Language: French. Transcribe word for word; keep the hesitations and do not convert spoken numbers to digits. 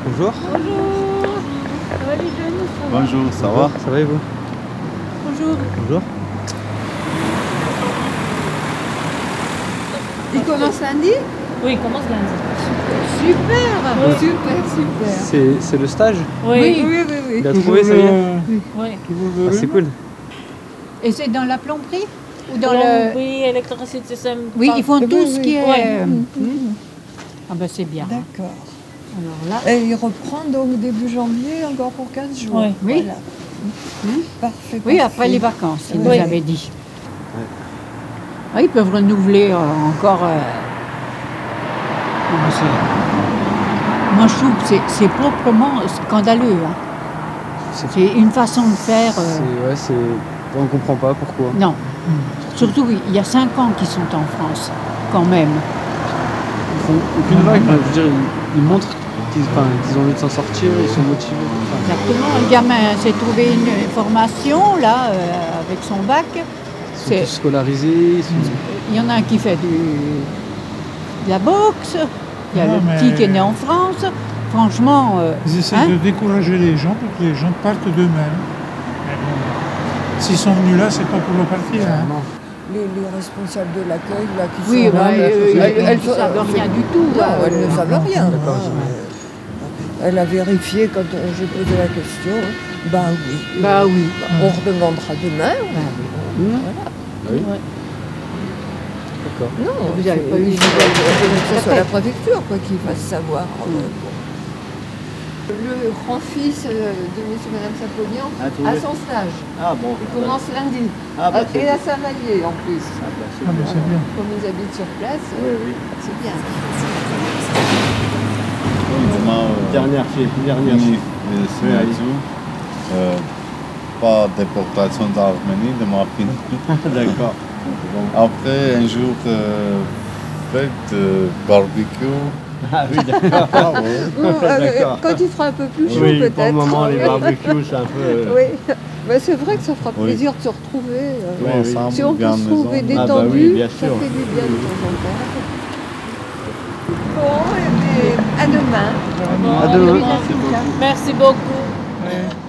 Bonjour. Bonjour. Ça va les jeunes? Ça va? Bonjour, ça va? Ça va et vous? Bonjour. Bonjour. Il commence lundi? Oui, il commence lundi. Super, Oui. super, super. C'est c'est le stage? Oui. Oui, oui, oui, oui. Il a trouvé, ça y est? Oui. Ah, c'est cool. Et c'est dans la plomberie ou dans Dans le... Oui, électricité, c'est... Oui, ils font Oui, tout oui, ce oui. qui est... Ouais. Mhm. Ah ben c'est bien. D'accord. Alors là, Et il reprend donc début janvier, encore pour quinze jours. Oui. Oui. Voilà. Parfait. oui, parfait. après les vacances, ils nous Oui. avaient dit. Ah, ils peuvent renouveler euh, encore... euh, comment c'est- Moi, je trouve que c'est- c'est proprement scandaleux. hein. C'est C'est une façon de faire... euh, c'est- ouais, c'est. On comprend pas pourquoi. Non. Surtout, il y a cinq ans qu'ils sont en France, quand même. Ils font aucune vague. Enfin, je veux dire, ils, ils montrent qu'ils enfin, qu'ils ont envie de s'en sortir, ils sont motivés. Enfin, Exactement. Le gamin s'est trouvé une formation, là, euh, avec son bac. ils sont C'est- tous scolarisés. Ils sont... Il y en a un qui fait du, de la boxe. Il y a Non, le mais- petit qui est né en France. Franchement, euh, Ils essaient Hein de décourager les gens pour que les gens partent d'eux-mêmes. Mais bon, s'ils sont venus là, c'est pas pour repartir. Hein. Non. Les, les responsables de l'accueil, là, qui oui, sont bah, là, euh, elles- elles elles- ne savent rien du tout. Non, hein. elles ne savent rien. D'accord, hein. Elle a vérifié quand on- j'ai posé la question. Bah oui. Bah oui. On redemandera demain. Bah oui. Ah oui. Ouais. D'accord. Non, Vous avez c'est- pas eu il de faut nouvelles que ce soit la préfecture quoi, qui fasse savoir. euh, Le grand-fils euh, de monsieur et madame Sapognan Ah, tout a oui. son stage. Ah bon. Il commence lundi. Ah, bah, Et à Saint-Vallier en plus. Ah, bah, c'est Ah, ben, bien. c'est bien. Comme ils habitent sur place, Oui, oui. c'est bien. Dernière fille, dernière fini fille. signature. Euh, pas déportation d'Arménie, de ma fille. D'accord. Après, un jour, euh, fête, euh, barbecue. Ah oui, d'accord. Ah ouais. Bon, euh, D'accord. quand il fera un peu plus chaud Oui, peut-être. pour le moment, les Oui. barbecues, c'est un peu... euh, Oui, mais c'est vrai que ça fera Oui. plaisir de se retrouver. euh. Oui, oui. Ensemble, Si on bien peut se maison. trouver Ah détendu, bah oui, bien ça sûr. fait du bien de temps en temps. Bon, et bien, à demain. À demain. Merci beaucoup. Ouais.